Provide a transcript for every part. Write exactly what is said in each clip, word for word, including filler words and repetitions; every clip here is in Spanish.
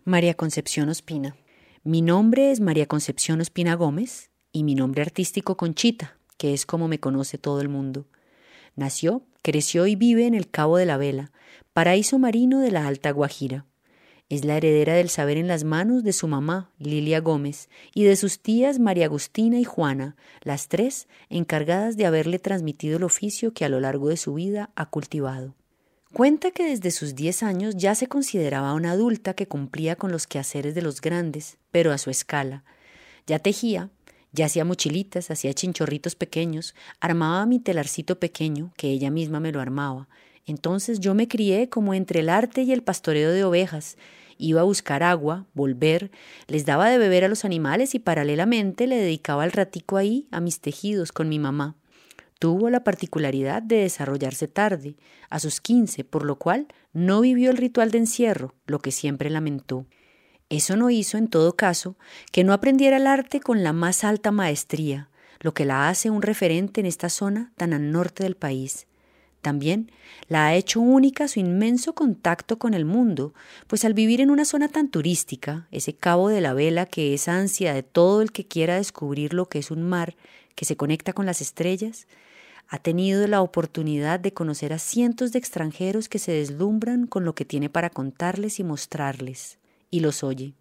María Concepción Ospina. Mi nombre es María Concepción Ospina Gómez y mi nombre artístico Conchita, que es como me conoce todo el mundo. Nació, creció y vive en el Cabo de la Vela, paraíso marino de la Alta Guajira. Es la heredera del saber en las manos de su mamá, Lilia Gómez, y de sus tías María Agustina y Juana, las tres encargadas de haberle transmitido el oficio que a lo largo de su vida ha cultivado. Cuenta que desde sus diez años ya se consideraba una adulta que cumplía con los quehaceres de los grandes, pero a su escala. Ya tejía, ya hacía mochilitas, hacía chinchorritos pequeños, armaba mi telarcito pequeño, que ella misma me lo armaba. Entonces yo me crié como entre el arte y el pastoreo de ovejas. Iba a buscar agua, volver, les daba de beber a los animales y paralelamente le dedicaba el ratico ahí a mis tejidos con mi mamá. Tuvo la particularidad de desarrollarse tarde, a sus quince, por lo cual no vivió el ritual de encierro, lo que siempre lamentó. Eso no hizo, en todo caso, que no aprendiera el arte con la más alta maestría, lo que la hace un referente en esta zona tan al norte del país. También la ha hecho única su inmenso contacto con el mundo, pues al vivir en una zona tan turística, ese Cabo de la Vela que es ansia de todo el que quiera descubrir lo que es un mar que se conecta con las estrellas, ha tenido la oportunidad de conocer a cientos de extranjeros que se deslumbran con lo que tiene para contarles y mostrarles, y los oye.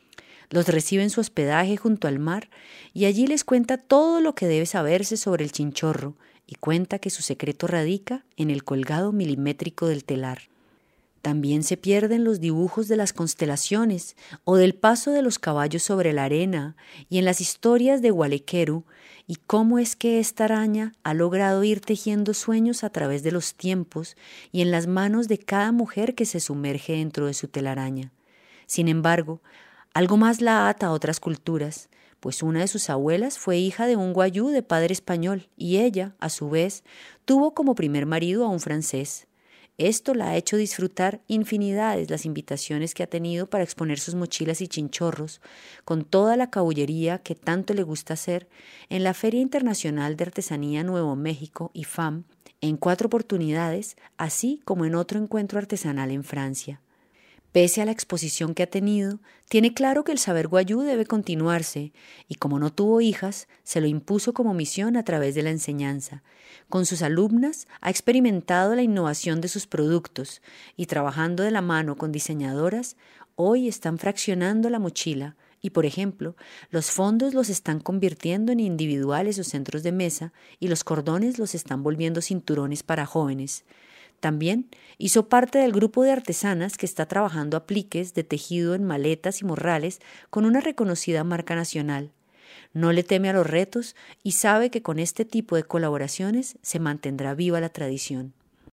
Los recibe en su hospedaje junto al mar y allí les cuenta todo lo que debe saberse sobre el chinchorro y cuenta que su secreto radica en el colgado milimétrico del telar. También se pierden los dibujos de las constelaciones o del paso de los caballos sobre la arena y en las historias de Gualequeru y cómo es que esta araña ha logrado ir tejiendo sueños a través de los tiempos y en las manos de cada mujer que se sumerge dentro de su telaraña. Sin embargo, algo más la ata a otras culturas, pues una de sus abuelas fue hija de un guayú de padre español y ella, a su vez, tuvo como primer marido a un francés. Esto la ha hecho disfrutar infinidades las invitaciones que ha tenido para exponer sus mochilas y chinchorros, con toda la cabullería que tanto le gusta hacer, en la Feria Internacional de Artesanía Nuevo México, I F A M, en cuatro oportunidades, así como en otro encuentro artesanal en Francia. Pese a la exposición que ha tenido, tiene claro que el saber guayú debe continuarse y como no tuvo hijas, se lo impuso como misión a través de la enseñanza. Con sus alumnas ha experimentado la innovación de sus productos y trabajando de la mano con diseñadoras, hoy están fraccionando la mochila y, por ejemplo, los fondos los están convirtiendo en individuales o centros de mesa y los cordones los están volviendo cinturones para jóvenes. También hizo parte del grupo de artesanas que está trabajando apliques de tejido en maletas y morrales con una reconocida marca nacional. No le teme a los retos y sabe que con este tipo de colaboraciones se mantendrá viva la tradición.